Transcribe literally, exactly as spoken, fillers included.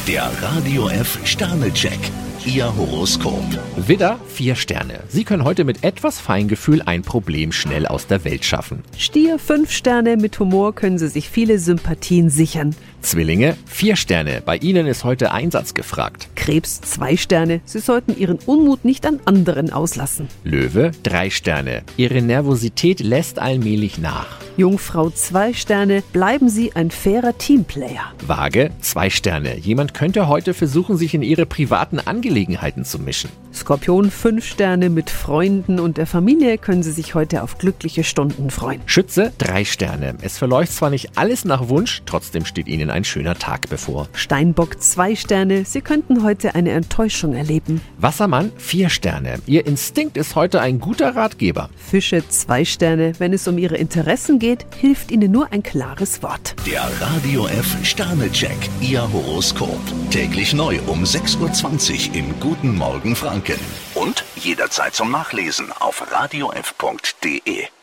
Der Radio F Sternecheck. Ihr Horoskop. Widder, vier Sterne. Sie können heute mit etwas Feingefühl ein Problem schnell aus der Welt schaffen. Stier, fünf Sterne. Mit Humor können Sie sich viele Sympathien sichern. Zwillinge, vier Sterne. Bei Ihnen ist heute Einsatz gefragt. Krebs, zwei Sterne. Sie sollten Ihren Unmut nicht an anderen auslassen. Löwe, drei Sterne. Ihre Nervosität lässt allmählich nach. Jungfrau, zwei Sterne. Bleiben Sie ein fairer Teamplayer. Waage, zwei Sterne. Jemand könnte heute versuchen, sich in Ihre privaten Angelegenheiten zu mischen. Skorpion, fünf Sterne. Mit Freunden und der Familie können Sie sich heute auf glückliche Stunden freuen. Schütze, drei Sterne. Es verläuft zwar nicht alles nach Wunsch, trotzdem steht Ihnen ein schöner Tag bevor. Steinbock, zwei Sterne. Sie könnten heute eine Enttäuschung erleben. Wassermann, vier Sterne. Ihr Instinkt ist heute ein guter Ratgeber. Fische, zwei Sterne. Wenn es um Ihre Interessen geht, hilft Ihnen nur ein klares Wort. Der Radio F Sternecheck. Ihr Horoskop. Täglich neu um sechs Uhr zwanzig im Guten Morgen Franken. Und jederzeit zum Nachlesen auf radio f punkt de.